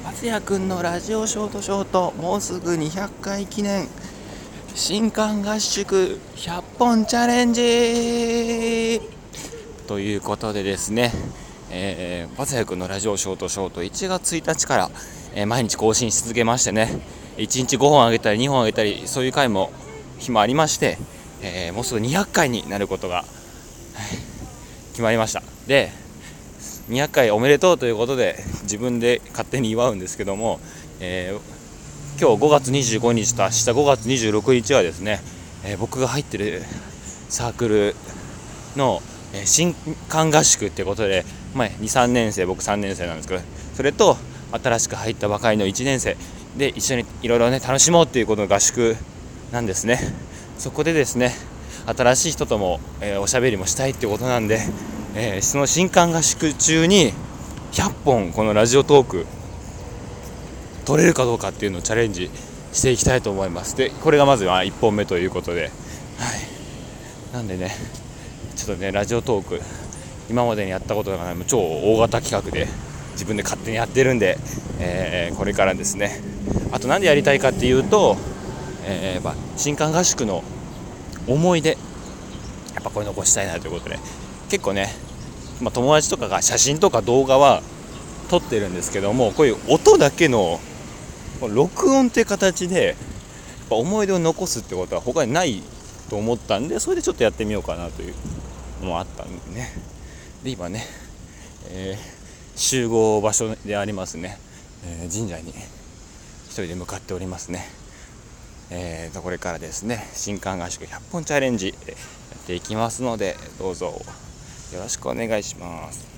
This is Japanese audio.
松也くんのラジオショートショート、もうすぐ200回記念新刊合宿100本チャレンジということでですね、松也くんのラジオショートショート1月1日から、毎日更新し続けましてね、1日5本あげたり2本あげたり、そういう回も日もありまして、もうすぐ200回になることが決まりました。で、200回おめでとうということで自分で勝手に祝うんですけども、今日5月25日と明日5月26日はですね、僕が入ってるサークルの、新刊合宿ってことで、2、3年生、僕3年生なんですけど、それと新しく入ったばかりの1年生で一緒にいろいろね楽しもうっていうことの合宿なんですね。そこでですね、新しい人とも、おしゃべりもしたいってことなんで、その新刊合宿中に100本このラジオトーク取れるかどうかっていうのをチャレンジしていきたいと思います。で、これがまずは1本目ということで、なんでね、ちょっとね、ラジオトーク今までにやったことがない超大型企画で自分で勝手にやってるんで、これからですね、あとなんでやりたいかっていうと、新刊合宿の思い出、やっぱこれ残したいなということで、結構ね、友達とかが写真とか動画は撮ってるんですけども、こういう音だけの録音っていう形でやっぱ思い出を残すってことは他にないと思ったんで、それでちょっとやってみようかなというのもあったんでね。で、今ね、集合場所でありますね、神社に一人で向かっておりますね。これからですね、新刊合宿100本チャレンジやっていきますので、どうぞよろしくお願いします。